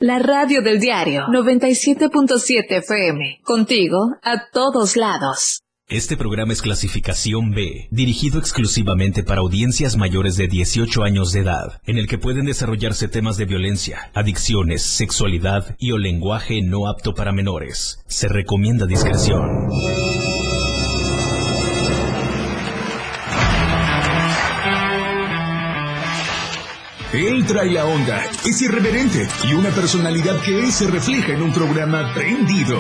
La radio del diario 97.7 FM. Contigo a todos lados. Este programa es clasificación B, dirigido exclusivamente para audiencias mayores de 18 años de edad, en el que pueden desarrollarse temas de violencia, adicciones, sexualidad y o lenguaje no apto para menores. Se recomienda discreción. Él trae la onda, es irreverente y una personalidad que se refleja en un programa prendido.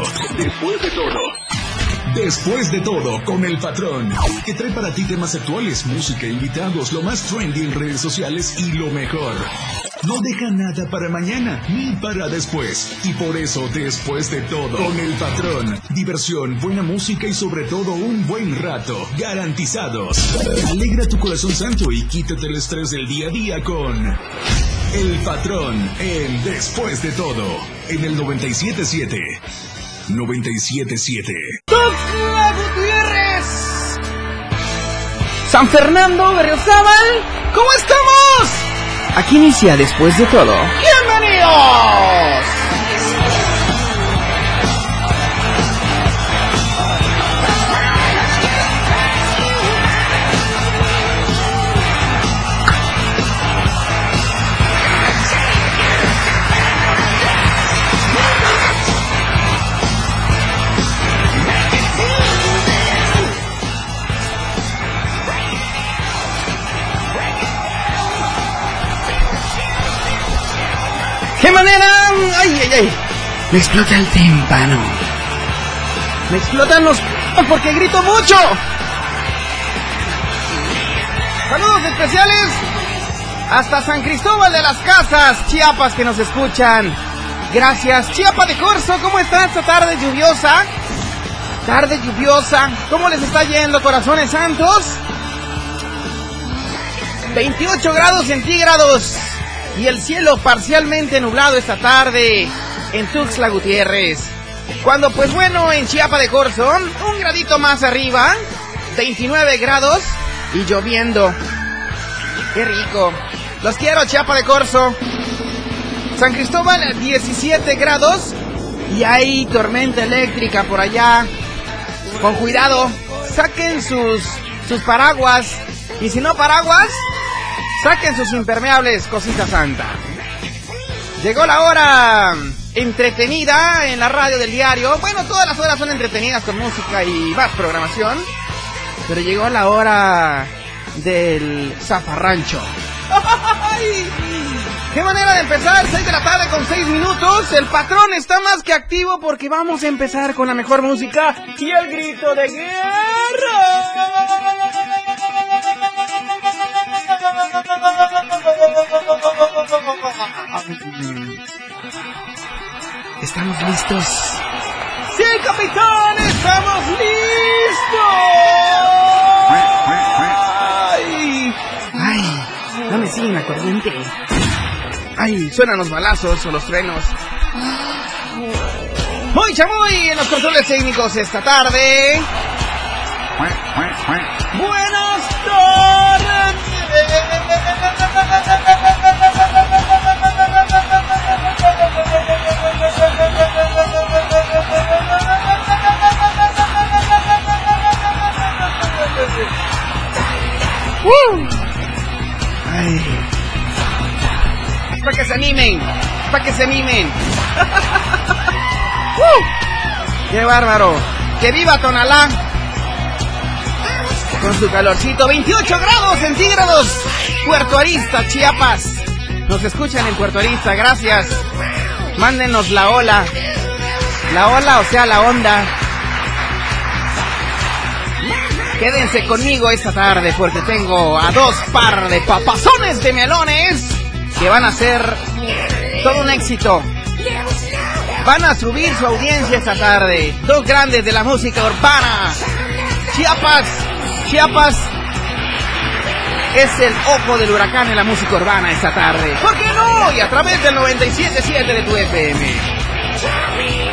Después de todo, con el patrón, que trae para ti temas actuales, música, invitados, lo más trendy en redes sociales y lo mejor. No deja nada para mañana, ni para después. Y por eso, después de todo, con el patrón, diversión, buena música y sobre todo un buen rato, garantizados. Alegra tu corazón santo y quítate el estrés del día a día con el patrón, el Después de Todo, en el 97.7. 97.7. ¡Tuxtla Gutiérrez! San Fernando, Berriozábal, ¿cómo estamos? Aquí inicia Después de Todo. ¡Bienvenidos! ¡Qué manera! ¡Ay, ay, ay! Me explota el tímpano. Me explotan los... porque grito mucho. Saludos especiales hasta San Cristóbal de las Casas, Chiapas, que nos escuchan. Gracias. Chiapa de Corzo, ¿cómo está esta tarde lluviosa? Tarde lluviosa. ¿Cómo les está yendo, corazones santos? 28 grados centígrados. Y el cielo parcialmente nublado esta tarde en Tuxtla Gutiérrez. Cuando pues bueno, en Chiapa de Corzo, un gradito más arriba, 29 grados y lloviendo. ¡Qué rico! Los quiero, Chiapa de Corzo. San Cristóbal, 17 grados y hay tormenta eléctrica por allá. Con cuidado, saquen sus paraguas. Y si no paraguas, saquen sus impermeables, cosita santa. Llegó la hora entretenida en la radio del diario. Bueno, todas las horas son entretenidas con música y más programación. Pero llegó la hora del zafarrancho. ¡Ay! ¡Qué manera de empezar! 6 de la tarde con 6 minutos. El patrón está más que activo porque vamos a empezar con la mejor música y el grito de guerra. ¿Estamos listos? ¡Sí, capitán! ¡Estamos listos! ¡Ay! ¡Ay! No me siguen la corriente. ¡Ay! Suenan los balazos o los truenos. Muy chamoy en los controles técnicos esta tarde. Buenas tardes. Ay. Para que se animen, para que se animen. ¡Qué bárbaro! ¡Que viva Tonalá! Con su calorcito, 28 grados centígrados. Puerto Arista, Chiapas. Nos escuchan en Puerto Arista, gracias. Mándenos la ola. La ola, o sea, la onda. Quédense conmigo esta tarde porque tengo a dos par de papazones de melones que van a ser todo un éxito. Van a subir su audiencia esta tarde. Dos grandes de la música urbana. Chiapas es el ojo del huracán en la música urbana esta tarde. ¿Por qué no? Y a través del 97.7 de tu FM.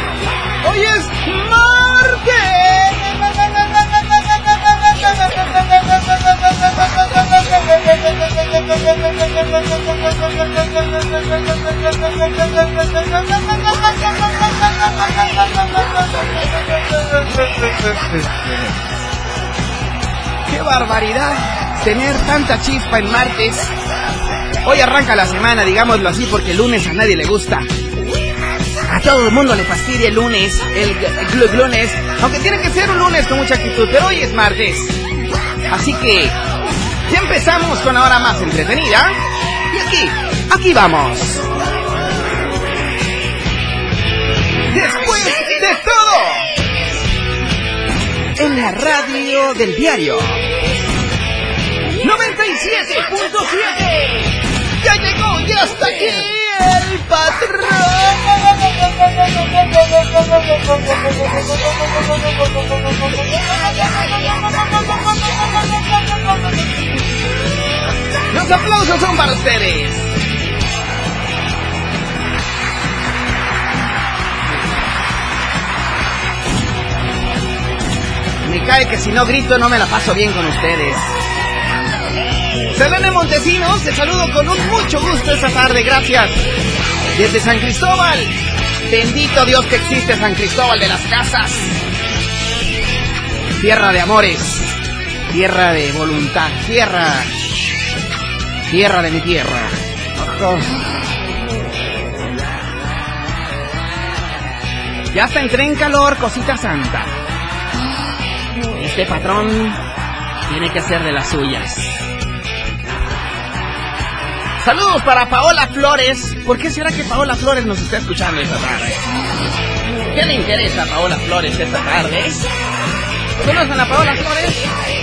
Hoy es martes. ¡Qué barbaridad! Tener tanta chispa en martes. Hoy arranca la semana, digámoslo así, porque el lunes a nadie le gusta. A todo el mundo le fastidia el lunes, el lunes, aunque tiene que ser un lunes con mucha actitud, pero hoy es martes. Así que ya empezamos con la hora más entretenida. Y aquí vamos. Después de todo, en la radio del diario 97.7. Ya llegó, ya está aquí el patrón. Los aplausos son para ustedes. Me cae que si no grito no me la paso bien con ustedes. Selene Montesinos, te saludo con un mucho gusto esta tarde, gracias. Desde San Cristóbal, bendito Dios que existe San Cristóbal de las Casas. Tierra de amores, tierra de voluntad, tierra de mi tierra. Ya hasta entré en calor, cosita santa. Este patrón tiene que hacer de las suyas. Saludos para Paola Flores. ¿Por qué será que Paola Flores nos está escuchando esta tarde? ¿Qué le interesa a Paola Flores esta tarde? ¿Conocen a Paola Flores?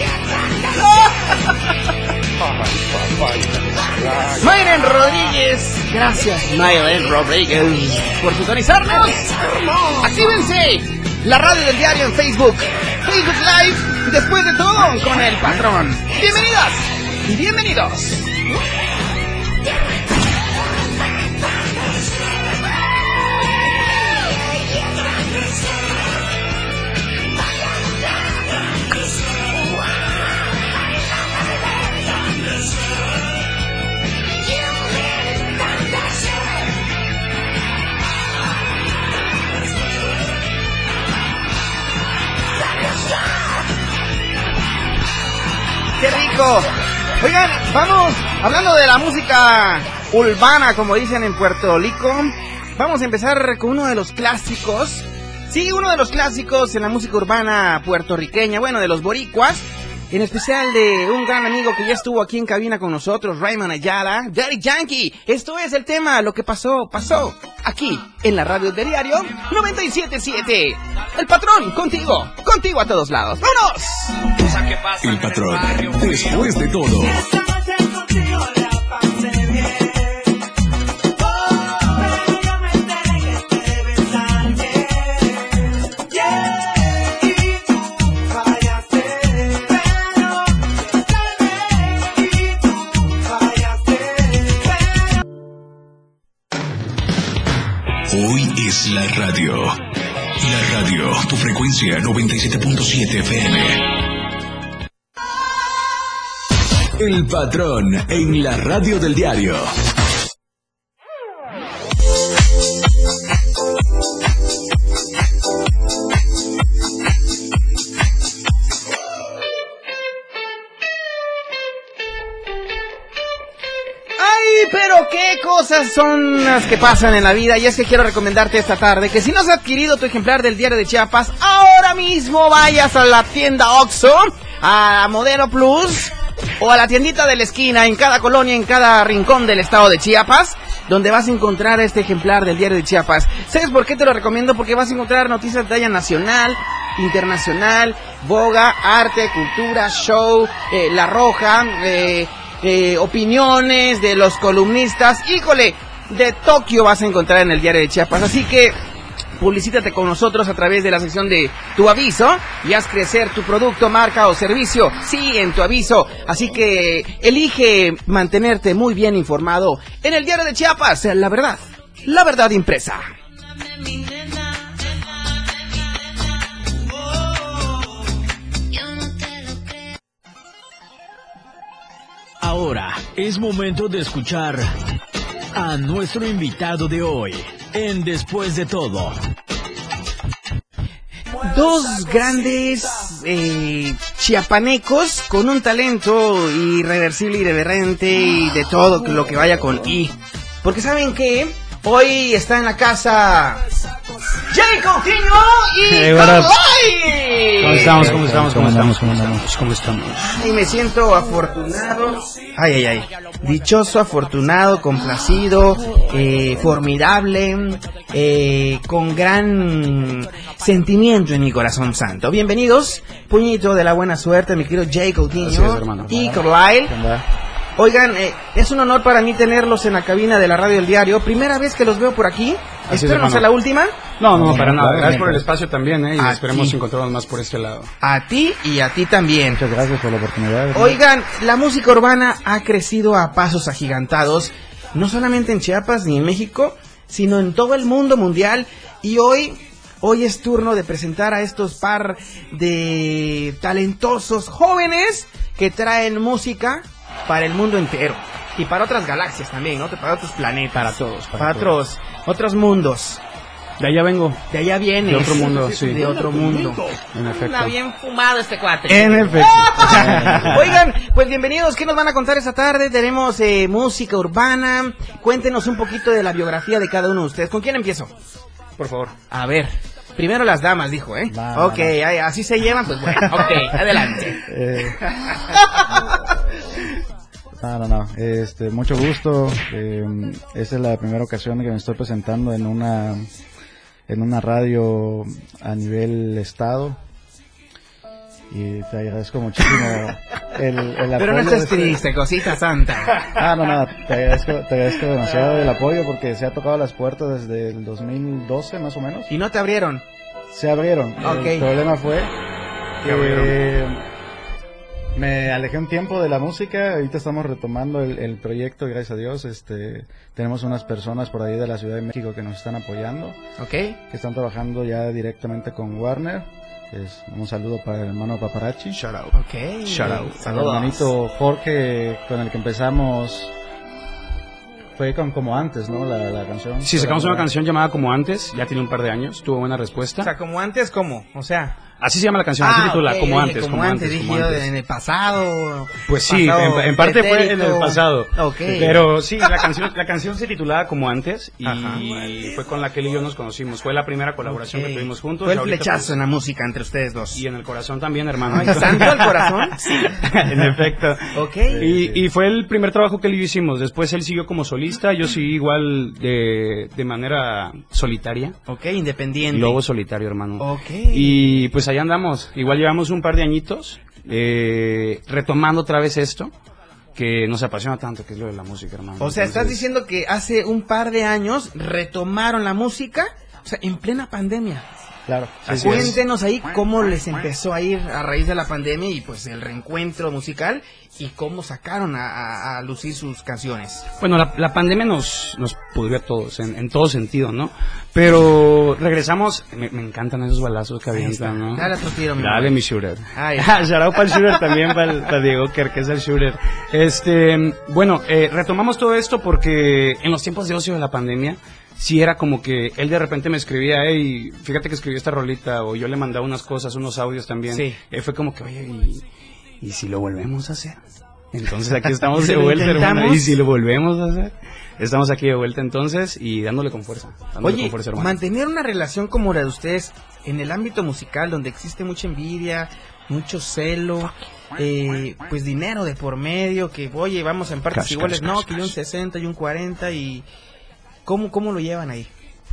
Mayren Rodríguez. Gracias, Mayren Rodríguez, por sintonizarnos. Actívense la radio del diario en Facebook Live, después de todo, con el patrón. Bienvenidas y bienvenidos. ¡Qué rico! Oigan, vamos, hablando de la música urbana, como dicen en Puerto Rico, vamos a empezar con uno de los clásicos. Sí, uno de los clásicos en la música urbana puertorriqueña, bueno, de los boricuas, en especial de un gran amigo que ya estuvo aquí en cabina con nosotros, Raymond Ayala, Daddy Yankee. Esto es el tema, lo que pasó, aquí en la radio del diario 97.7. El patrón, contigo a todos lados. ¡Vámonos! El patrón, después de todo. Hoy es la radio. La radio, tu frecuencia 97.7 FM. El patrón en la radio del diario. Pero qué cosas son las que pasan en la vida. Y es que quiero recomendarte esta tarde que si no has adquirido tu ejemplar del diario de Chiapas, ahora mismo vayas a la tienda Oxxo, a Modelo Plus o a la tiendita de la esquina, en cada colonia, en cada rincón del estado de Chiapas, donde vas a encontrar este ejemplar del diario de Chiapas. ¿Sabes por qué te lo recomiendo? Porque vas a encontrar noticias de talla nacional, internacional, boga, arte, cultura, show, La Roja, opiniones de los columnistas. Híjole, de Tokio vas a encontrar en el diario de Chiapas. Así que publicítate con nosotros a través de la sección de Tu Aviso y haz crecer tu producto, marca o servicio, sí, en Tu Aviso. Así que elige mantenerte muy bien informado en el diario de Chiapas. La verdad impresa. Ahora es momento de escuchar a nuestro invitado de hoy en Después de Todo. Dos grandes chiapanecos con un talento irreversible, irreverente y de todo lo que vaya con I. Porque ¿saben qué? Hoy está en la casa Jay Coutinho y Carlyle. ¿Cómo estamos? Y me siento afortunado, dichoso, afortunado, complacido, formidable, con gran sentimiento en mi corazón santo. Bienvenidos, puñito de la buena suerte, mi querido Jay Coutinho y Carlyle. Oigan, es un honor para mí tenerlos en la cabina de la radio del diario. Primera vez que los veo por aquí. Espero no sea la última. No, para nada. Gracias por el espacio también, y esperemos encontrarnos más por este lado. A ti y a ti también. Muchas gracias por la oportunidad. Oigan, la música urbana ha crecido a pasos agigantados, no solamente en Chiapas ni en México, sino en todo el mundo mundial. Y hoy es turno de presentar a estos par de talentosos jóvenes que traen música para el mundo entero y para otras galaxias también, ¿no? Para otros planetas, para todos. Otros mundos. De allá vengo. De allá vienes. De otro mundo, sí. De otro mundo. En efecto. Está bien fumado este cuate. En efecto. Oigan, pues bienvenidos. ¿Qué nos van a contar esta tarde? Tenemos música urbana. Cuéntenos un poquito de la biografía de cada uno de ustedes. ¿Con quién empiezo? Por favor. A ver. Primero las damas, dijo, ¿eh? Ok, así se llevan, pues bueno. Ok, adelante. No. Mucho gusto. Esta es la primera ocasión que me estoy presentando en una radio a nivel estado. Y te agradezco muchísimo el apoyo. Pero no estés triste, cosita santa. No, te agradezco demasiado el apoyo porque se ha tocado las puertas desde el 2012 más o menos. ¿Y no te abrieron? Se abrieron. Okay. El problema fue que me alejé un tiempo de la música. Ahorita estamos retomando el proyecto, gracias a Dios. Tenemos unas personas por ahí de la Ciudad de México que nos están apoyando. Okay. Que están trabajando ya directamente con Warner. Un saludo para el hermano Paparazzi. Shout out. Okay. Shout out. Al hermanito Jorge, con el que empezamos. Fue con Como Antes, ¿no? La canción. Sí, sacamos una canción llamada Como Antes. Ya tiene un par de años. Tuvo buena respuesta. O sea, Como Antes, ¿cómo? O sea... Así se llama la canción, así titula, okay, Como Antes. Como antes, dije yo, en el pasado. Pues sí, en parte fue en el pasado. Okay. Pero sí, la canción se titulaba Como Antes y fue con la que él y yo nos conocimos. Fue la primera colaboración que tuvimos juntos. Fue el flechazo en la música entre ustedes dos. Y en el corazón también, hermano. ¿Santo el corazón? Sí, en efecto. Okay. Y fue el primer trabajo que él y yo hicimos. Después él siguió como solista, yo seguí igual de manera solitaria. Independiente. Lobo solitario, hermano. Y pues allá andamos. Igual llevamos un par de añitos retomando otra vez esto que nos apasiona tanto, que es lo de la música, hermano. O sea, estás diciendo que hace un par de años retomaron la música, o sea, en plena pandemia. Claro. Cuéntenos ahí cómo les empezó a ir a raíz de la pandemia y pues el reencuentro musical y cómo sacaron a lucir sus canciones. Bueno, la pandemia nos pudrió a todos, en todo sentido, ¿no? Pero regresamos, me encantan esos balazos que avientan, ¿no? Dale otro tiro, Dale, mi shooter. Shout para el shooter también, para Diego Kerr, que es el shooter. Bueno, retomamos todo esto porque en los tiempos de ocio de la pandemia, sí era como que él de repente me escribía, hey, fíjate que escribí esta rolita, o yo le mandaba unas cosas, unos audios también. Sí. Fue como que, oye, ¿y si lo volvemos a hacer? Entonces aquí estamos de vuelta, hermano. ¿Y si lo volvemos a hacer? Estamos aquí de vuelta entonces y dándole con fuerza. Oye, mantener una relación como la de ustedes en el ámbito musical, donde existe mucha envidia, mucho celo, pues dinero de por medio, que oye, vamos en partes iguales, no, que yo un 60 y un 40 y... ¿Cómo lo llevan ahí?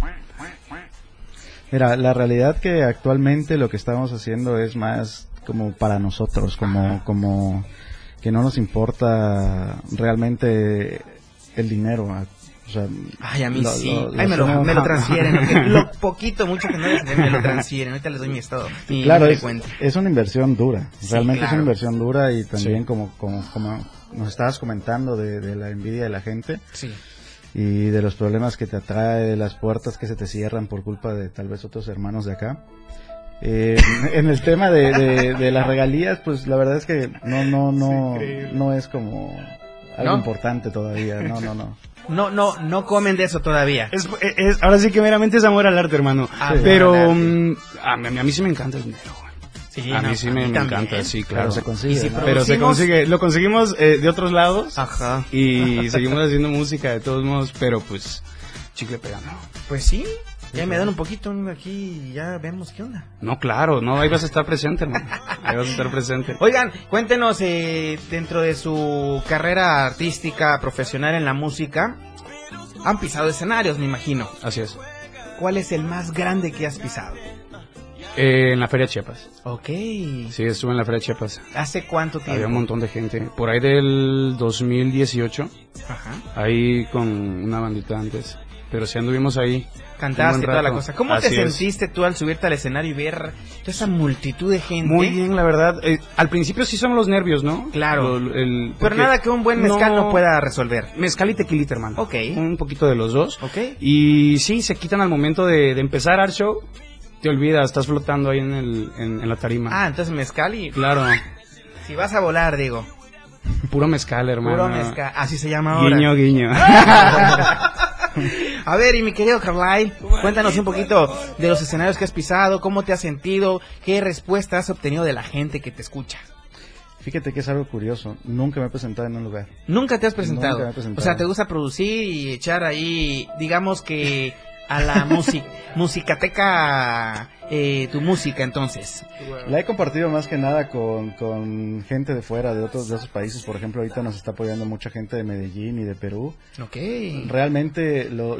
Mira, la realidad que actualmente lo que estamos haciendo es más como para nosotros, como que no nos importa realmente el dinero. O sea, a mí sí. Me lo transfieren. Lo poquito, mucho que no me lo transfieren. Ahorita les doy mi estado. Claro, es una inversión dura. Realmente claro. Es una inversión dura y también como nos estabas comentando de la envidia de la gente. Sí. Y de los problemas que te atrae, de las puertas que se te cierran por culpa de tal vez otros hermanos de acá. En el tema de las regalías, pues la verdad es que no es como algo importante todavía. No comen de eso todavía. Ahora sí que meramente es amor al arte, hermano. Pero a mí sí me encanta el dinero. Sí, a mí sí me encanta, sí, claro. Pero se consigue. Si pero se consigue, lo conseguimos de otros lados. Ajá. Y seguimos haciendo música de todos modos, pero pues chicle pegando. Pues sí. Ya me dan un poquito aquí y ya vemos qué onda. No, claro, no, ahí vas a estar presente, hermano. Ahí vas a estar presente. Oigan, cuéntenos, dentro de su carrera artística, profesional en la música, han pisado escenarios, me imagino. Así es. ¿Cuál es el más grande que has pisado? En la Feria Chiapas. Ok. Sí, estuve en la Feria Chiapas. ¿Hace cuánto tiempo? Había un montón de gente. Por ahí del 2018. Ajá. Ahí con una bandita antes. Pero sí anduvimos ahí. Cantaste toda la cosa. ¿Cómo te sentiste tú al subirte al escenario y ver toda esa multitud de gente? Muy bien, la verdad. Al principio sí son los nervios, ¿no? Claro. Pero nada que un buen mezcal no pueda resolver. Mezcal y tequilita, hermano. Ok. Un poquito de los dos. Ok. Y sí, se quitan al momento de empezar al show. Te olvidas, estás flotando ahí en la tarima. Ah, entonces mezcal y... Claro. Si vas a volar, digo. Puro mezcal, hermano. Puro mezcal. Así se llama ahora. Guiño, guiño. A ver, y mi querido Carlyle, cuéntanos un poquito de los escenarios que has pisado, cómo te has sentido, qué respuesta has obtenido de la gente que te escucha. Fíjate que es algo curioso, nunca me he presentado en un lugar. ¿Nunca te has presentado? Nunca me he presentado. O sea, ¿te gusta producir y echar ahí, digamos que a la musicateca, tu música entonces? La he compartido más que nada con gente de fuera, de otros países. Por ejemplo, ahorita nos está apoyando mucha gente de Medellín y de Perú. Ok. Realmente lo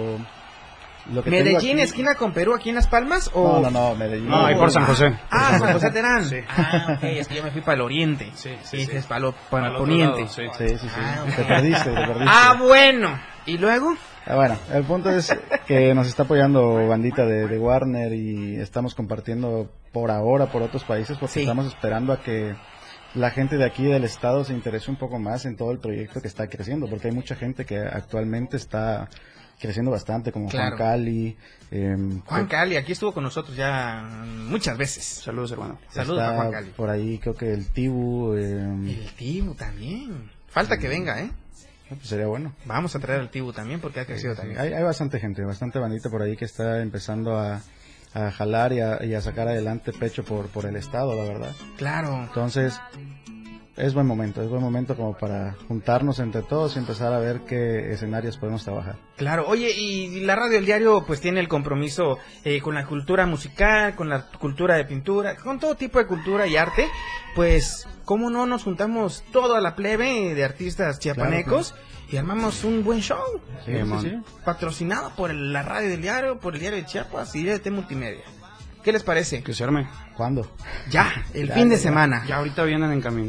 que ¿Medellín, aquí... esquina con Perú, aquí en Las Palmas? ¿o? No, Medellín. No, ahí por San José. San José Terán. Sí. Ah, ok, es que yo me fui para el oriente. Sí. Es para el poniente. Lado, sí. Sí. Ah, okay. Te perdiste. Ah, bueno. ¿Y luego? Bueno, el punto es que nos está apoyando bandita de Warner y estamos compartiendo por ahora por otros países porque estamos esperando a que la gente de aquí del estado se interese un poco más en todo el proyecto que está creciendo, porque hay mucha gente que actualmente está creciendo bastante, como Juan Cali. Juan Cali, aquí estuvo con nosotros ya muchas veces. Saludos, hermano. Saludos a Juan Cali. Por ahí creo que el Tibu. El Tibu también. Falta que venga, Pues sería bueno. Vamos a traer al Tibu también porque ha crecido también. Hay bastante gente, bastante bandita por ahí que está empezando a jalar y a sacar adelante pecho por el estado, la verdad. Claro. Entonces, es buen momento como para juntarnos entre todos y empezar a ver qué escenarios podemos trabajar. Claro, oye, y la radio El Diario pues tiene el compromiso con la cultura musical, con la cultura de pintura, con todo tipo de cultura y arte, pues cómo no nos juntamos toda la plebe de artistas chiapanecos. Claro. Y armamos un buen show. Sí. Patrocinado por la radio del diario, por el Diario de Chiapas y DT Multimedia. ¿Qué les parece? Que se arme. ¿Cuándo? Ya, el fin de semana. Ya ahorita vienen en camino.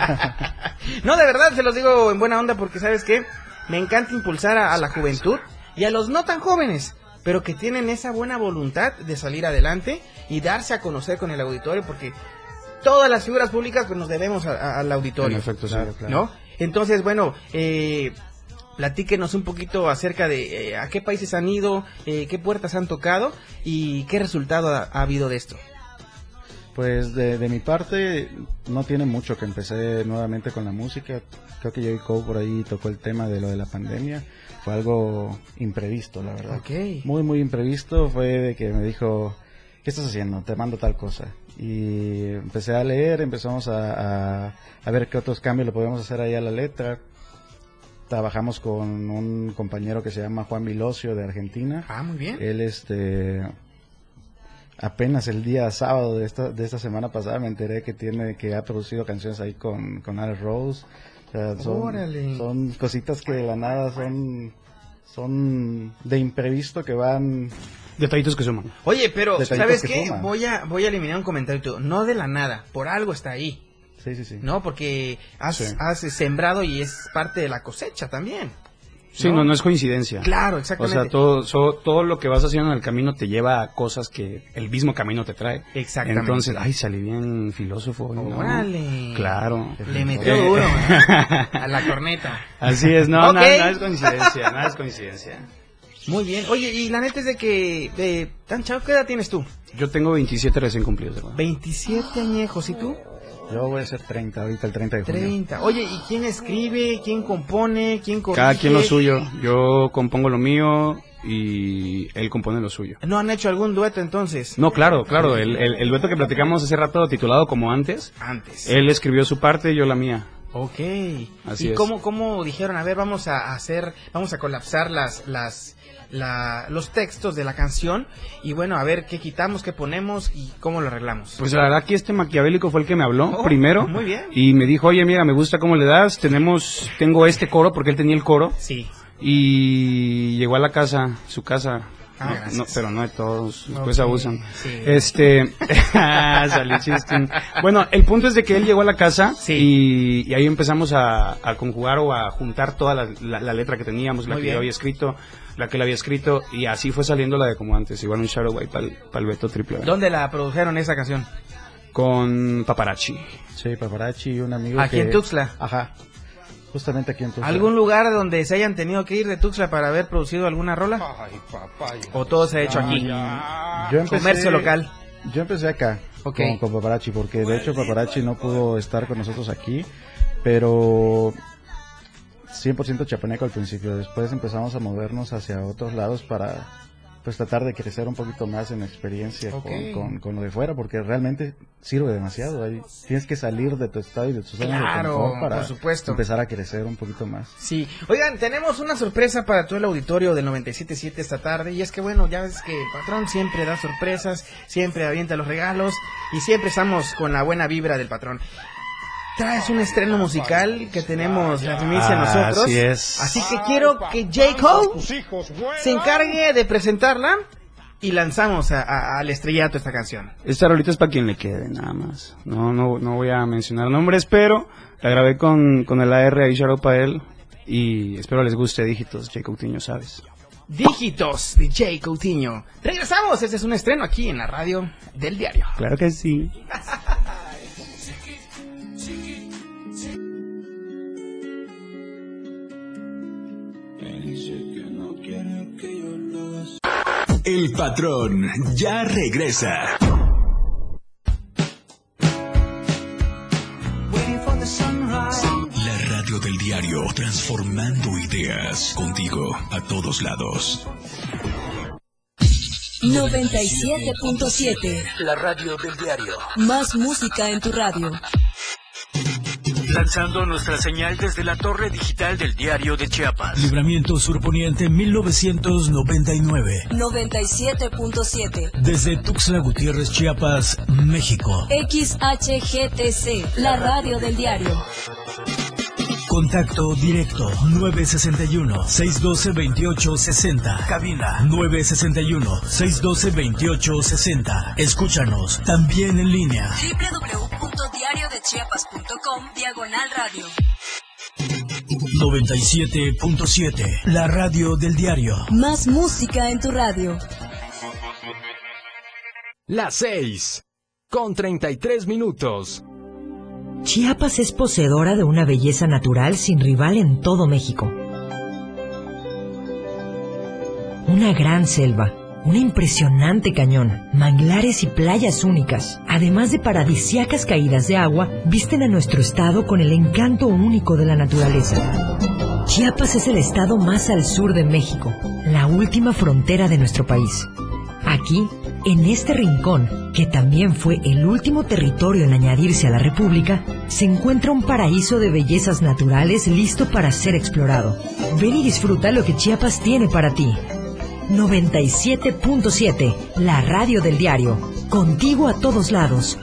No, de verdad, se los digo en buena onda porque, ¿sabes qué? Me encanta impulsar a la juventud y a los no tan jóvenes, pero que tienen esa buena voluntad de salir adelante y darse a conocer con el auditorio, porque todas las figuras públicas pues nos debemos al auditorio. En efecto, claro. ¿No? Entonces, bueno, platíquenos un poquito acerca de a qué países han ido, qué puertas han tocado y qué resultado ha habido de esto. Pues de mi parte no tiene mucho que empecé nuevamente con la música. Creo que Joey Cole por ahí tocó el tema de lo de la pandemia. Fue algo imprevisto, la verdad. Okay. Muy, muy imprevisto. Fue de que me dijo, ¿qué estás haciendo? Te mando tal cosa. Y empecé a leer, empezamos a ver qué otros cambios le podíamos hacer ahí a la letra. Trabajamos con un compañero que se llama Juan Vilocio de Argentina. Ah, muy bien. Él apenas el día sábado de esta semana pasada me enteré que ha producido canciones ahí con Alex Rose. O sea, son cositas que de la nada son de imprevisto que van. Detallitos que suman. Oye, pero ¿sabes qué? Suman. Voy a eliminar un comentario. No de la nada, por algo está ahí. Sí. No, porque has sembrado y es parte de la cosecha también. Sí, no es coincidencia. Claro, exactamente. O sea, todo lo que vas haciendo en el camino te lleva a cosas que el mismo camino te trae. Exactamente. Entonces, salí bien filósofo. ¡Órale! Claro. Le metió duro a la corneta. Así es, no, Okay. nada es coincidencia, nada es coincidencia. Muy bien. Oye, y la neta es de que, tan chavo, ¿qué edad tienes tú? Yo tengo 27 recién cumplidos, hermano. 27 añejos, ¿y tú? Yo voy a hacer 30, ahorita el 30 de junio. 30. Oye, ¿y quién escribe? ¿Quién compone? ¿Quién corrige? Cada quien lo suyo. Yo compongo lo mío y él compone lo suyo. ¿No han hecho algún dueto entonces? No, claro. El dueto que platicamos hace rato, titulado Como Antes. Él escribió su parte y yo la mía. Ok. Así ¿Y es. cómo dijeron? A ver, vamos a colapsar los textos de la canción y bueno, a ver qué quitamos, qué ponemos y cómo lo arreglamos. Pues la verdad que este maquiavélico fue el que me habló primero. Muy bien. Y me dijo, oye, mira, me gusta cómo le das, tengo este coro, porque él tenía el coro. Sí. Y llegó a la casa, su casa. No, pero no de todos, después abusan. Sí. Salí chistín. Bueno, el punto es de que él llegó a la casa y ahí empezamos a conjugar o a juntar toda la letra que teníamos, la que yo había escrito, la que él había escrito, y así fue saliendo la de Como Antes. Igual un shout out para el Beto Triple. ¿Dónde la produjeron esa canción? Con Paparazzi. Sí, Paparazzi y un amigo ¿Aquí en Tuxtla? Ajá. Justamente aquí en Tuxtla. ¿Algún lugar donde se hayan tenido que ir de Tuxtla para haber producido alguna rola? ¿O todo se ha hecho aquí? Comercio local. Yo empecé acá, con Paparazzi, porque de hecho Paparazzi no pudo estar con nosotros aquí, pero 100% chapaneco al principio. Después empezamos a movernos hacia otros lados para pues tratar de crecer un poquito más en experiencia con lo de fuera, porque realmente sirve demasiado. Ahí tienes que salir de tu estado y de tus zonas de confort para empezar a crecer un poquito más. Sí. Oigan, tenemos una sorpresa para todo el auditorio del 97.7 esta tarde, y es que bueno, ya ves que el patrón siempre da sorpresas, siempre avienta los regalos y siempre estamos con la buena vibra del patrón. Traes un estreno musical que tenemos la primicia nosotros. Así es. Así que quiero que J. Cole se encargue de presentarla y lanzamos al estrellato esta canción. Esta rolita es para quien le quede, nada más. No voy a mencionar nombres, pero la grabé con el AR ahí, shout out para él. Y espero les guste. Dígitos, J. Coutinho, ¿sabes? Dígitos de J. Coutinho. Regresamos, este es un estreno aquí en la radio del diario. Claro que sí. El patrón ya regresa. La radio del diario, transformando ideas contigo a todos lados. 97.7. La radio del diario. Más música en tu radio. Lanzando nuestra señal desde la torre digital del diario de Chiapas. Libramiento Surponiente 1999. 97.7. Desde Tuxtla Gutiérrez, Chiapas, México. XHGTC, la radio del diario. Contacto directo 961-612-2860. Cabina 961-612-2860. Escúchanos también en línea. www.diariodechiapas.com/radio. 97.7, la radio del diario. Más música en tu radio. Las 6:33. Chiapas es poseedora de una belleza natural sin rival en todo México. Una gran selva, un impresionante cañón, manglares y playas únicas, además de paradisíacas caídas de agua, visten a nuestro estado con el encanto único de la naturaleza. Chiapas es el estado más al sur de México, la última frontera de nuestro país. Aquí, en este rincón, que también fue el último territorio en añadirse a la República, se encuentra un paraíso de bellezas naturales listo para ser explorado. Ven y disfruta lo que Chiapas tiene para ti. 97.7, la radio del diario. Contigo a todos lados.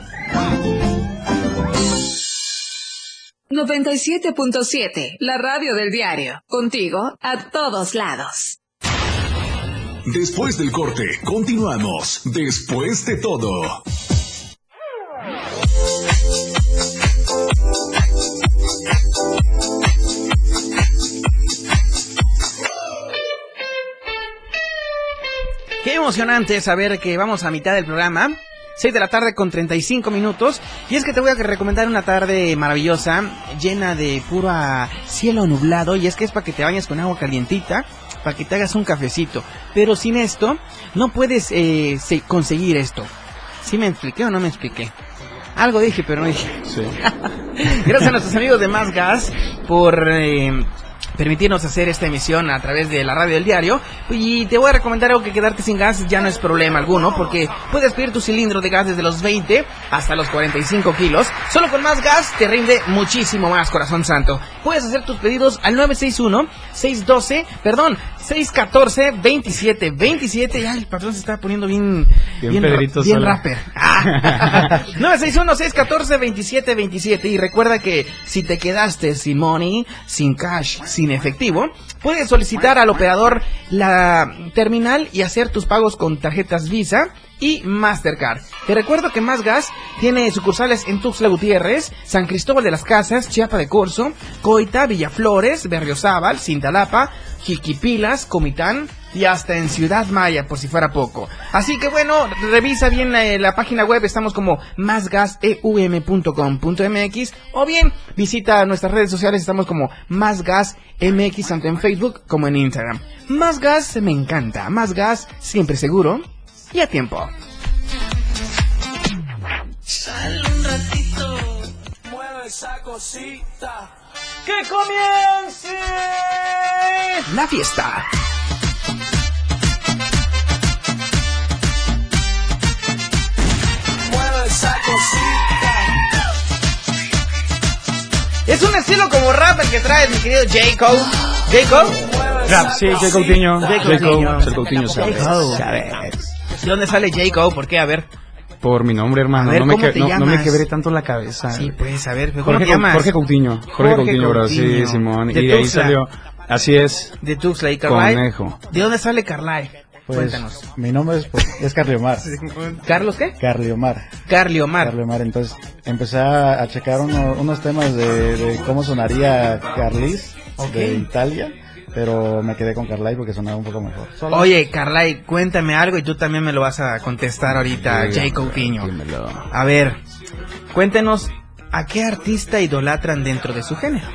97.7, la radio del diario. Contigo a todos lados. Después del corte, continuamos. Después de todo. Qué emocionante saber que vamos a mitad del programa. 6 de la tarde con 35 minutos. Y es que te voy a recomendar una tarde maravillosa, llena de puro cielo nublado. Y es que es para que te bañes con agua calientita, para que te hagas un cafecito. Pero sin esto, no puedes conseguir esto. ¿Sí me expliqué o no me expliqué? Algo dije, pero no dije. Sí. Gracias a nuestros amigos de Más Gas por permitirnos hacer esta emisión a través de la radio del diario. Y te voy a recomendar algo: que quedarte sin gas ya no es problema alguno, porque puedes pedir tu cilindro de gas desde los 20 hasta los 45 kilos. Solo con Más Gas te rinde muchísimo más, corazón santo. Puedes hacer tus pedidos al 614-2727. Ya el patrón se está poniendo bien rapper. 961-614-2727. Y recuerda que si te quedaste sin money, sin cash, sin efectivo, puedes solicitar al operador la terminal y hacer tus pagos con tarjetas Visa y Mastercard. Te recuerdo que Más Gas tiene sucursales en Tuxtla Gutiérrez, San Cristóbal de las Casas, Chiapa de Corzo, Coita, Villaflores, Berriozábal, Cintalapa, Jiquipilas, Comitán y hasta en Ciudad Maya, por si fuera poco. Así que bueno, revisa bien la página web, estamos como másgaseum.com.mx, o bien visita nuestras redes sociales, estamos como Más Gas MX, tanto en Facebook como en Instagram. Más Gas me encanta, Más Gas siempre seguro y a tiempo. Sale un ratito, mueve esa cosita. ¡Que comience la fiesta! Mueve esa cosita. Es un estilo como rap el que traes, mi querido Jacob. ¿Jacob? Rap, sí, J. Coutinho. Jacob Coutinho, ¿sabes? ¿De dónde sale Jacob? ¿Por qué? A ver. Por mi nombre, hermano. Ver, no me quebré tanto la cabeza. Sí, pues, a ver, ¿cómo te llamas? Jorge Coutinho, bro. Sí, Simón. Y de ahí salió. Así es. De Tuxtla. ¿Y Carlay? Conejo. ¿De dónde sale Carlay? Pues, cuéntanos. Mi nombre es Carliomar. ¿Carlos qué? Carliomar. Entonces empecé a checar unos temas de cómo sonaría Carlis, de Italia. Pero me quedé con Carlay porque sonaba un poco mejor. Oye, Carlay, cuéntame algo y tú también me lo vas a contestar ahorita, J. Coutinho. A ver, cuéntenos, ¿a qué artista idolatran dentro de su género?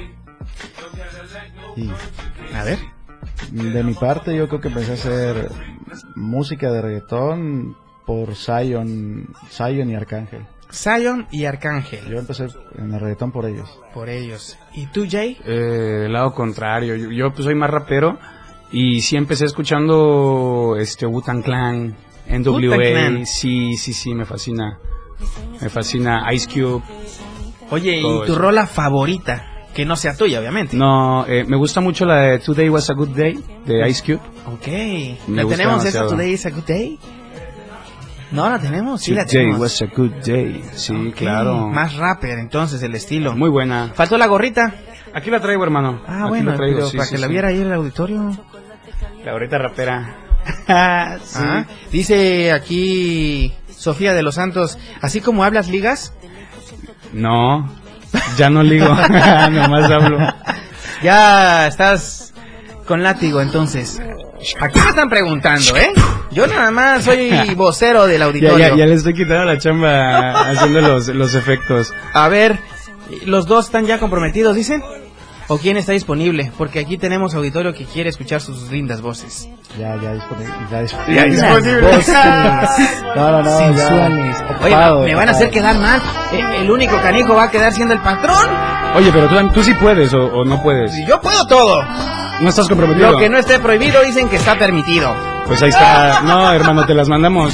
Sí. A ver. De mi parte, yo creo que empecé a hacer música de reggaetón por Zion y Arcángel. Zion y Arcángel. Yo empecé en el reggaetón por ellos. ¿Y tú, Jay? El lado contrario. Yo pues soy más rapero y sí empecé escuchando Wu-Tang Clan, NWA. Sí, me fascina. Me fascina Ice Cube. Oye, ¿y tu rola favorita? Que no sea tuya, obviamente. No, me gusta mucho la de Today Was a Good Day de Ice Cube. Ok. ¿La tenemos esa, Today is a Good Day? No, la tenemos, sí la tenemos. Today was a good day, sí, okay. Claro. Más rapper, entonces, el estilo. Muy buena. ¿Faltó la gorrita? Aquí la traigo, hermano. Ah, aquí bueno, traigo, pero para que la viera ahí en el auditorio. La gorrita rapera. Sí. Dice aquí Sofía de los Santos, ¿así como hablas, ligas? No, ya no ligo, nomás hablo. Ya estás con látigo, entonces. Aquí me están preguntando, ¿eh? Yo nada más soy vocero del auditorio. Ya le estoy quitando la chamba haciendo los efectos. A ver, ¿los dos están ya comprometidos, dicen? ¿O quién está disponible? Porque aquí tenemos auditorio que quiere escuchar sus lindas voces. Ya disponible. Voces no, sensuales. Oye, me van a hacer quedar mal. El único canijo va a quedar siendo el patrón. Oye, pero tú sí puedes o no puedes. Yo puedo todo. ¿No estás comprometido? Lo que no esté prohibido dicen que está permitido. Pues ahí está. No, hermano, te las mandamos.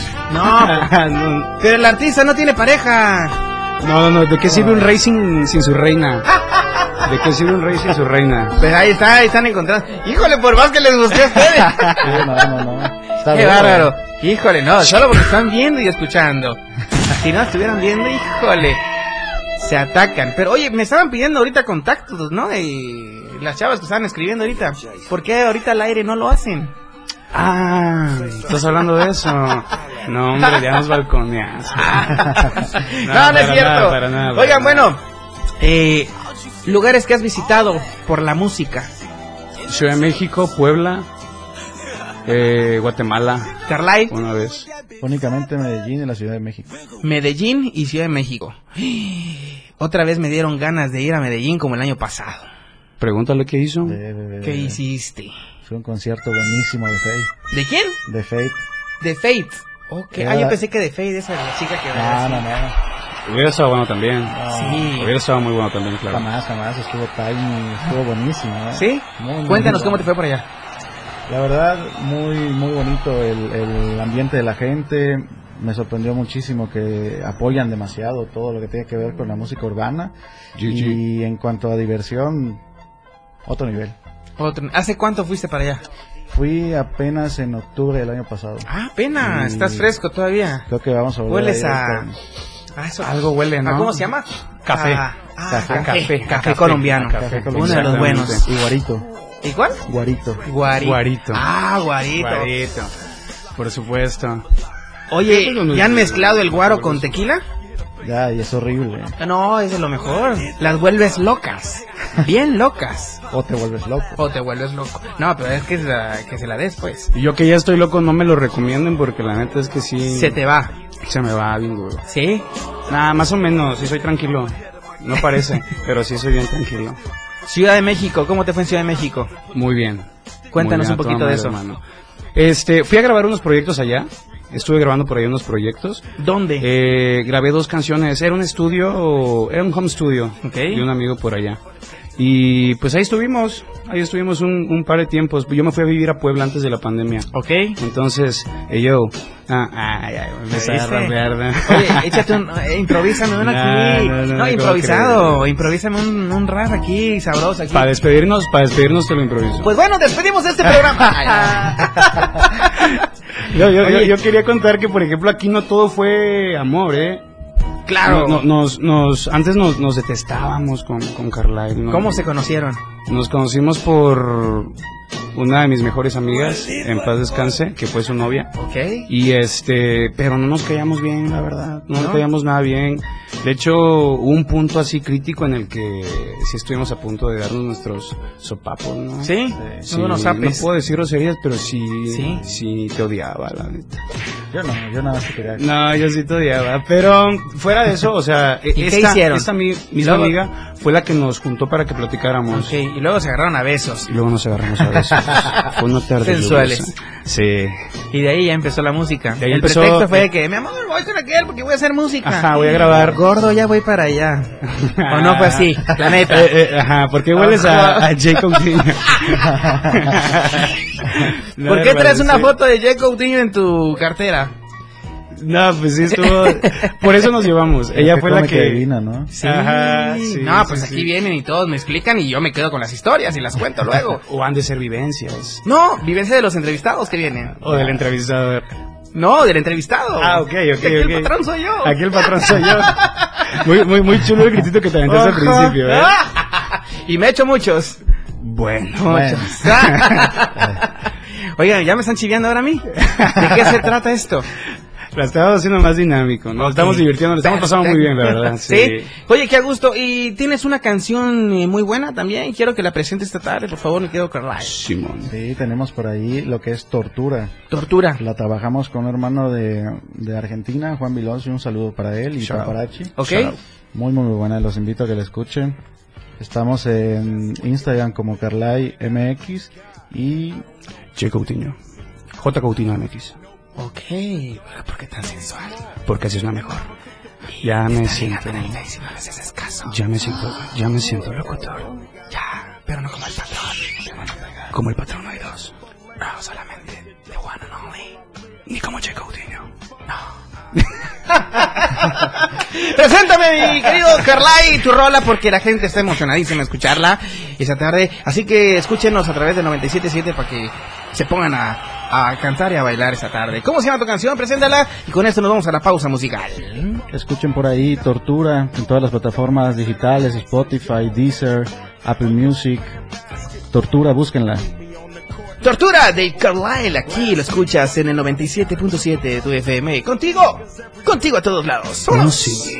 No, pero el artista no tiene pareja. No, ¿de qué sirve un rey sin su reina? ¿De qué sirve un rey sin su reina? Pues ahí están encontrando. Híjole, por más que les guste a ustedes. No. Qué bárbaro. Híjole, no, solo porque están viendo y escuchando. Si no estuvieran viendo, híjole, se atacan. Pero oye, me estaban pidiendo ahorita contactos, ¿no? Y las chavas que estaban escribiendo ahorita, ¿por qué ahorita al aire no lo hacen? ¿Estás hablando de eso? No, hombre, ya nos balconeas. No es cierto. Para nada. Oigan, bueno, lugares que has visitado por la música. Ciudad de México, Puebla, Guatemala. Carlay. Una vez. Únicamente Medellín y la Ciudad de México. Medellín y Ciudad de México. Otra vez me dieron ganas de ir a Medellín como el año pasado. Pregúntale qué hizo. ¿Qué hiciste? Fue un concierto buenísimo de Fate. ¿De quién? De Fate. De Fate. Okay. Yo pensé que de Fate, esa de la chica que... No. Hubiera estado bueno también. Sí. Hubiera estado muy bueno también, claro. Jamás, estuvo Tiny, estuvo buenísimo. ¿Sí? Cuéntanos cómo te fue por allá. La verdad, muy bonito el ambiente de la gente. Me sorprendió muchísimo que apoyan demasiado todo lo que tiene que ver con la música urbana. Y en cuanto a diversión, otro nivel. ¿Hace cuánto fuiste para allá? Fui apenas en octubre del año pasado. Ah, apenas, estás fresco todavía. Creo que vamos a volver. Hueles a... eso. Algo huele, ¿no? ¿Cómo se llama? Café. Café colombiano. Café colombiano. Uno de los buenos. Y guarito. ¿Y cuál? Guarito. Ah, guarito. Por supuesto. Oye, ¿ya han mezclado el guaro con tequila? Ya, y es horrible. No, es de lo mejor. Las vuelves locas. Bien locas. O te vuelves loco. No, pero es que se la des, pues. Y yo que ya estoy loco, no me lo recomienden porque la neta es que sí... Se te va. Se me va bien duro. ¿Sí? Nah, más o menos, sí soy tranquilo. No parece, pero sí soy bien tranquilo. Ciudad de México, ¿cómo te fue en Ciudad de México? Muy bien. Cuéntanos un poquito de eso. Hermano. Fui a grabar unos proyectos allá. Estuve grabando por ahí unos proyectos. ¿Dónde? Grabé 2 canciones. Era un home studio de un amigo por allá. Y pues ahí estuvimos un par de tiempos. Yo me fui a vivir a Puebla antes de la pandemia. Ok. Entonces, empecé a rapear. Oye, échate improvísame una aquí. No, improvisado. Improvísame un rap aquí, sabroso aquí. Para despedirnos te lo improviso. Pues bueno, despedimos este programa. Yo quería contar que, por ejemplo, aquí no todo fue amor, Claro. Antes nos detestábamos con Carlyle, ¿no? ¿Cómo se conocieron? Nos conocimos por una de mis mejores amigas, en paz descanse, que fue su novia. Ok. Y pero no nos caíamos bien, la verdad. No nos caíamos nada bien. De hecho, hubo un punto así crítico en el que sí estuvimos a punto de darnos nuestros sopapos, ¿no? ¿Sí? Sí, unos zapes. No puedo decir groserías, pero sí te odiaba, la neta. Yo nada más te quería. No, yo sí te odiaba. Pero fuera de eso, o sea, ¿qué hicieron? Esta misma amiga fue la que nos juntó para que platicáramos. Ok, y luego se agarraron a besos. Y luego nos agarramos a besos. Fue una tarde sensuales. lluviosa. Sí. Y de ahí ya empezó la música. El pretexto fue de que, mi amor, voy con aquel porque voy a hacer música. Ajá, voy a grabar. Gordo, ya voy para allá. ¿O no fue así? La neta. Ajá, ¿por qué hueles a Jay Coutinho? ¿Por qué traes una foto de Jay Coutinho en tu cartera? No, pues sí estuvo. Por eso nos llevamos. Ella fue la que adivina, ¿no? Sí. Ajá, sí. No, pues aquí vienen y todos me explican y yo me quedo con las historias y las cuento luego. O han de ser vivencias. No, vivencia de los entrevistados que vienen. O del entrevistador. No, del entrevistado. Ah, ok. Aquí el patrón soy yo. Aquí el patrón soy yo. Muy chulo el gritito que te aventaste al principio, Y me he hecho muchos. Bueno. Muchos. Oigan, ¿ya me están chiviando ahora a mí? ¿De qué se trata esto? La estamos haciendo más dinámico, ¿no? Estamos divirtiendo, nos estamos pasando muy bien, la verdad. Sí. Oye, qué a gusto. Y tienes una canción muy buena también. Quiero que la presentes esta tarde, por favor, me quedo con Carlyle. Simón. Sí, tenemos por ahí lo que es Tortura. Tortura. La trabajamos con un hermano de Argentina, Juan Vilós, y un saludo para él y Paparachi. Ok. Muy buena, los invito a que la escuchen. Estamos en Instagram como Carlyle MX y J Coutinho. J Coutinho MX. Ok, ¿por qué tan sensual? Porque así es la mejor. Ya me siento. Si no les haces caso. Ya me siento locutor. Ya, pero no como el patrón. Como el patrón no hay dos. No, solamente the one and only. Ni como J Coutinho. No. Preséntame, mi querido Carlyle, tu rola, porque la gente está emocionadísima a escucharla esa tarde. Así que escúchenos a través de 97.7 para que se pongan a cantar y a bailar esta tarde. ¿Cómo se llama tu canción? Preséntala y con esto nos vamos a la pausa musical. Escuchen por ahí Tortura en todas las plataformas digitales, Spotify, Deezer, Apple Music. Tortura, búsquenla. Tortura de Carlyle, aquí lo escuchas en el 97.7 de tu FM. Contigo a todos lados. ¡Vámonos! Sí.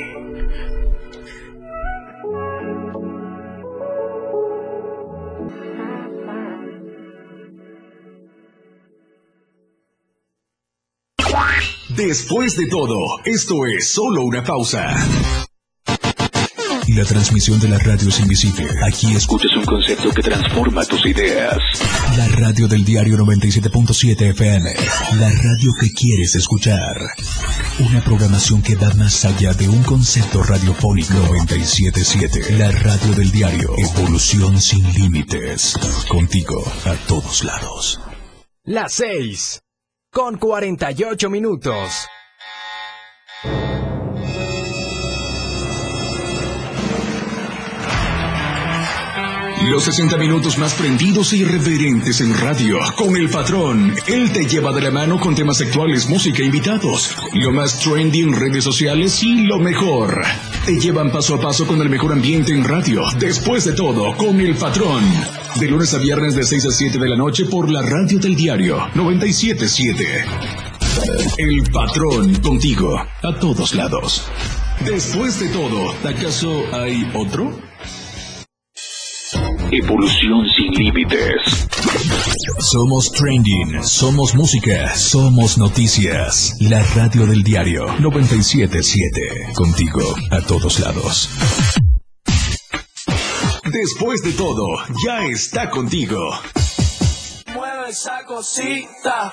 Después de todo, esto es solo una pausa. y la transmisión de la radio es invisible. Aquí escuchas un concepto que transforma tus ideas. La radio del diario 97.7 FM. La radio que quieres escuchar. Una programación que va más allá de un concepto radiofónico. 97.7. La radio del diario. Evolución sin límites. Contigo a todos lados. Las 6 con 48 minutos. Los 60 minutos más prendidos e irreverentes en radio. Con el patrón. Él te lleva de la mano con temas actuales, música e invitados. Lo más trendy en redes sociales y lo mejor. Te llevan paso a paso con el mejor ambiente en radio. Después de todo, con el patrón. De lunes a viernes de 6 a 7 de la noche por la radio del diario 97.7. El patrón contigo a todos lados. Después de todo, ¿acaso hay otro? Evolución sin límites. Somos trending, somos música, somos noticias. La radio del diario 97.7. Contigo a todos lados. Después de todo, ya está contigo. Mueve esa cosita.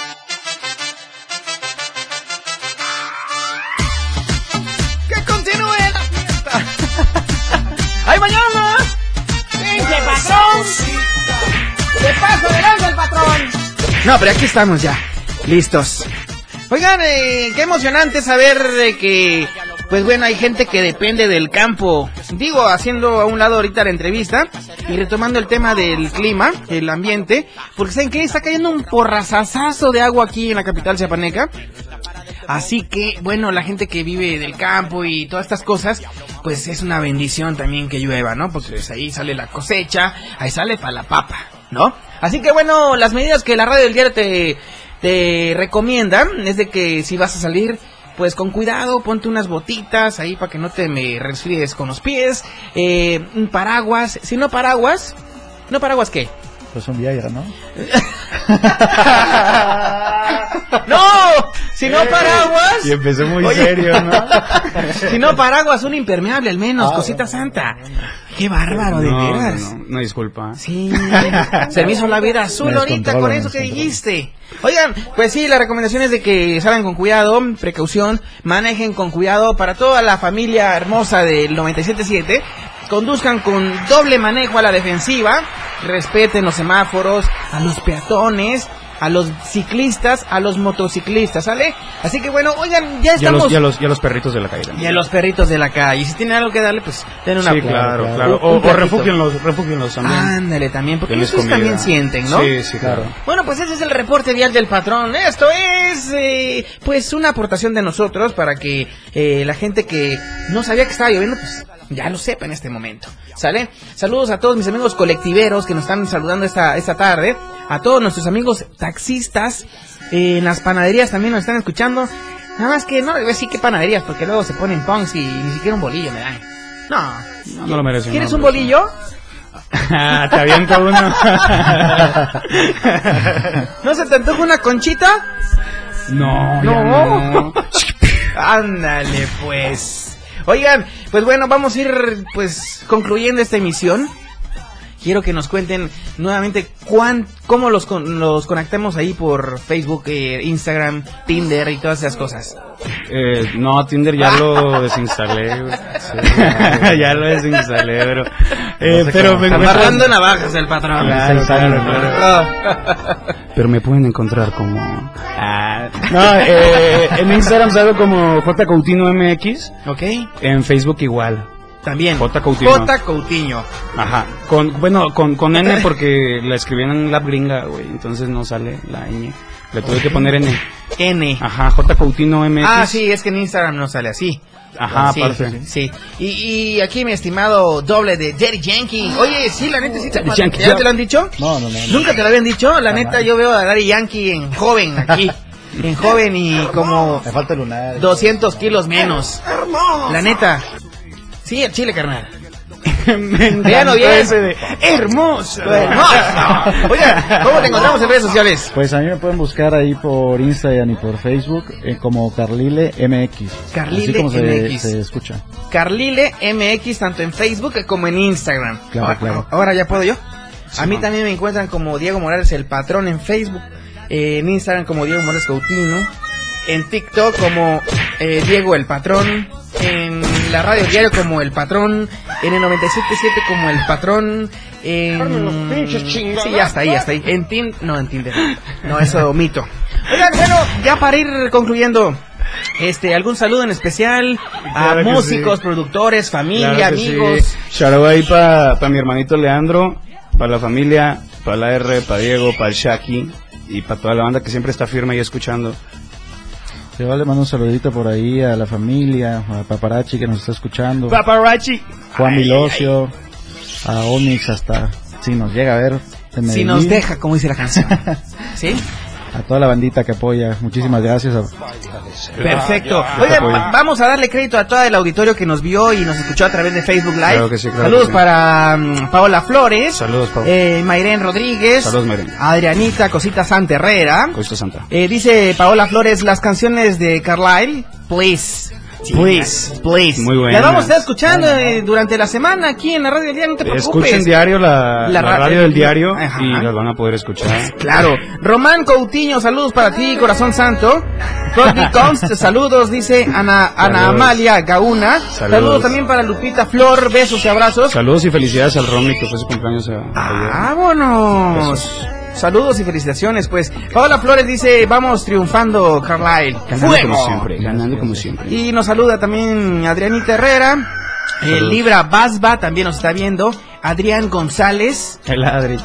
¡Que continúe la fiesta! ¡Ay, mañana! ¡Pinche patrón! ¡De paso adelante el patrón! No, pero aquí estamos ya, listos. Oigan, qué emocionante saber de que, pues bueno, hay gente que depende del campo. Digo, haciendo a un lado ahorita la entrevista y retomando el tema del clima, el ambiente, porque ¿saben qué? Está cayendo un porrazazazo de agua aquí en la capital chiapaneca. Así que, bueno, la gente que vive del campo y todas estas cosas, pues es una bendición también que llueva, ¿no? Porque pues ahí sale la cosecha, ahí sale para la papa, ¿no? Así que, bueno, las medidas que la radio del diario te recomienda es de que si vas a salir, pues con cuidado, ponte unas botitas ahí para que no te me resfríes con los pies, un paraguas. Si no paraguas, ¿no paraguas qué? Pues un Viagra, ¿no? ¡No! Si no paraguas... Y empecé muy serio, ¿no? Si no paraguas, un impermeable al menos, cosita santa. ¡Qué bárbaro, de veras! No, disculpa. Sí, se me hizo la vida azul ahorita con eso que dijiste. Oigan, pues sí, la recomendación es de que salgan con cuidado, precaución, manejen con cuidado para toda la familia hermosa del 97.7. Conduzcan con doble manejo a la defensiva, respeten los semáforos, a los peatones, a los ciclistas, a los motociclistas, ¿sale? Así que bueno, oigan, ya estamos... Y a los perritos de la calle también. Y a los perritos de la calle. Y si tienen algo que darle, pues den una... Sí, claro. O refúgienlos también. Ándale también, porque ellos también sienten, ¿no? Sí, claro. Bueno, pues ese es el reporte vial del patrón. Esto es, pues, una aportación de nosotros para que la gente que no sabía que estaba lloviendo, pues... ya lo sepa en este momento, ¿sale? Saludos a todos mis amigos colectiveros que nos están saludando esta tarde. A todos nuestros amigos taxistas. En las panaderías también nos están escuchando. Nada más que no les voy a decir qué panaderías, porque luego se ponen punks y ni siquiera un bolillo me dan. No lo merecen. ¿Quieres un bolillo? Te aviento uno. ¿No se te antoja una conchita? No. Ándale, pues. Oigan, pues bueno, vamos a ir pues concluyendo esta emisión. Quiero que nos cuenten nuevamente cómo los conectamos ahí por Facebook, Instagram, Tinder y todas esas cosas. No, Tinder ya lo desinstalé. Sí, ya lo desinstalé, pero... pero me amarrando navajas el patrón. Claro. Pero me pueden encontrar como... en Instagram salgo como J Coutinho MX. Ok. En Facebook igual. También. J Coutinho. J Coutinho. Ajá. Con N porque la escribí en la gringa, güey. Entonces no sale la N. Le tuve que poner N. Ajá, J Coutinho MX. Ah, sí, es que en Instagram no sale así. Ajá, sí, aparte. Sí. Y aquí mi estimado doble de Daddy Yankee. Oye, sí, la neta sí. ¿Ya te lo han dicho? No. ¿Nunca te lo habían dicho? La neta, yo veo a Daddy Yankee en joven aquí. En joven y como... Me falta lunar. 200 kilos menos. La neta. Sí, el chile, carnal. Vean bien. Hermoso. Oiga, ¿cómo te encontramos en redes sociales? Pues a mí me pueden buscar ahí por Instagram y por Facebook como Carlile MX. Carlile así como MX. Se escucha. Carlile MX, tanto en Facebook como en Instagram. Claro. Ahora ya puedo yo. A mí también me encuentran como Diego Morales el Patrón en Facebook, en Instagram como Diego Morales Coutinho, en TikTok como Diego el Patrón, en la radio diario como El Patrón, en el 97.7 como El Patrón, sí, ya está ahí. En Tinder. No, eso omito. Oigan, bueno, ya para ir concluyendo, algún saludo en especial a claro músicos, productores, familia, claro amigos. Sí. Shout ahí para mi hermanito Leandro, para la familia, para la R, para Diego, para el Shaki y para toda la banda que siempre está firme y escuchando. Yo le mando un saludito por ahí a la familia, a Paparazzi que nos está escuchando. Paparazzi. Juan Milocio, a Onyx hasta si nos llega a ver. Si nos deja, como dice la canción. ¿Sí? A toda la bandita que apoya, muchísimas gracias. Perfecto. Oye, vamos a darle crédito a todo el auditorio que nos vio y nos escuchó a través de Facebook Live. Claro que sí, saludos para Paola Flores. Saludos, Paola. Mayren Rodríguez. Saludos, Mayren. Adrianita Cosita Santa Herrera. Cosita Santa. Dice Paola Flores, las canciones de Carlile, please. Please. Muy buenas. La vamos a estar escuchando durante la semana aquí en la radio del diario, no te preocupes. Escuchen diario la radio del diario. Ajá. Y las van a poder escuchar. Claro. Román Coutinho, saludos para ti, corazón santo. Rodney Const, saludos, dice Ana Amalia Gauna. Saludos también para Lupita Flor, besos y abrazos. Saludos y felicidades al Romy, que fue su cumpleaños ayer. ¡Vámonos! Besos. Saludos y felicitaciones, pues. Paola Flores dice, vamos triunfando, Carlile. Ganando como siempre. Y nos saluda también Adrianita Herrera. El Libra Basba también nos está viendo. Adrián González. El Adri.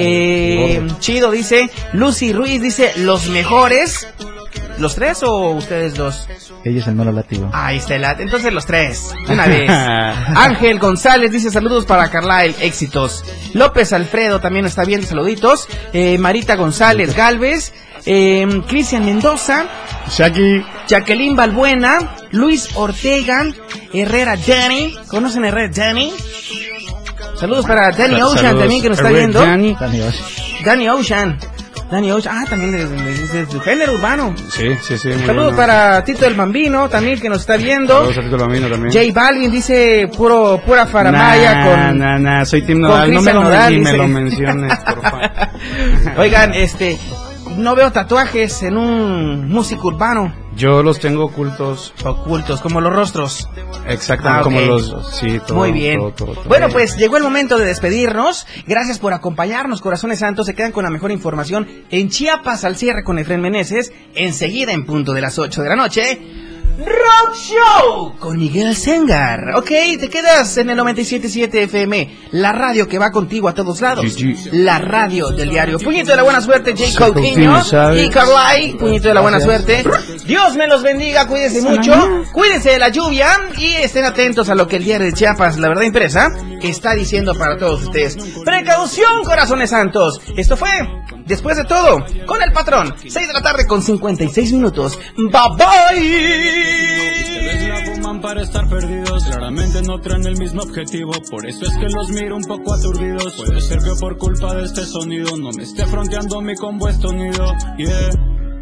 Chido, dice. Lucy Ruiz dice, los mejores. ¿Los tres o ustedes dos? Ella es el mero látigo. Ahí está el látigo. Entonces los tres. Una vez. Ángel González dice saludos para Carlile, éxitos. López Alfredo también está viendo, saluditos. Marita González Galvez. Cristian Mendoza. Shaki. Jacqueline Balbuena. Luis Ortega. Herrera Danny. ¿Conocen a Herrera Danny? Saludos para Danny Ocean también que nos está viendo. Danny Ocean. También de su género urbano. Sí. Saludos para Tito el Bambino, también que nos está viendo. Saludos a Tito el Bambino también. J Balvin dice pura faramaya con... soy Tim Nodal, no me lo menciones, por favor. Oigan, no veo tatuajes en un músico urbano. Yo los tengo ocultos. Ocultos, como los rostros. Exactamente, como los... Sí, todo. Muy bien. Todo. Bueno, pues llegó el momento de despedirnos. Gracias por acompañarnos, corazones santos. Se quedan con la mejor información en Chiapas al cierre con Efren Meneses. Enseguida, en punto de las 8 de la noche, Rock Show con Miguel Sengar. Ok, te quedas en el 97.7 FM, la radio que va contigo a todos lados. La radio del diario. Puñito de la buena suerte, J. Coutinho y Carlile. Puñito de la buena suerte. Dios me los bendiga, cuídense mucho. Cuídense de la lluvia y estén atentos a lo que el diario de Chiapas, La Verdad Impresa, está diciendo para todos ustedes. Precaución, corazones santos. Esto fue Después de Todo con el Patrón. 6 de la tarde con 56 minutos. Bye bye. Ustedes la fuman para estar perdidos, claramente no traen el mismo objetivo, por eso es que los miro un poco aturdidos. Puede ser que por culpa de este sonido no me esté fronteando mi compuesto nido. Yeah.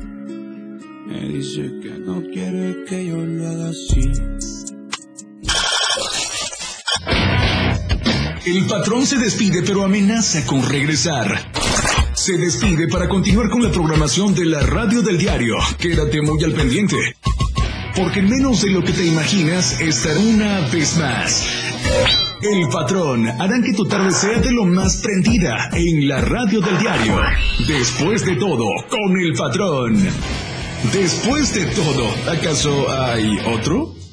Me dice que no quiere que yo lo haga así. El Patrón se despide pero amenaza con regresar. Se despide para continuar con la programación de la radio del diario. Quédate muy al pendiente, porque en menos de lo que te imaginas estará una vez más. El Patrón harán que tu tarde sea de lo más prendida en la radio del diario. Después de Todo con el Patrón. Después de Todo, ¿acaso hay otro?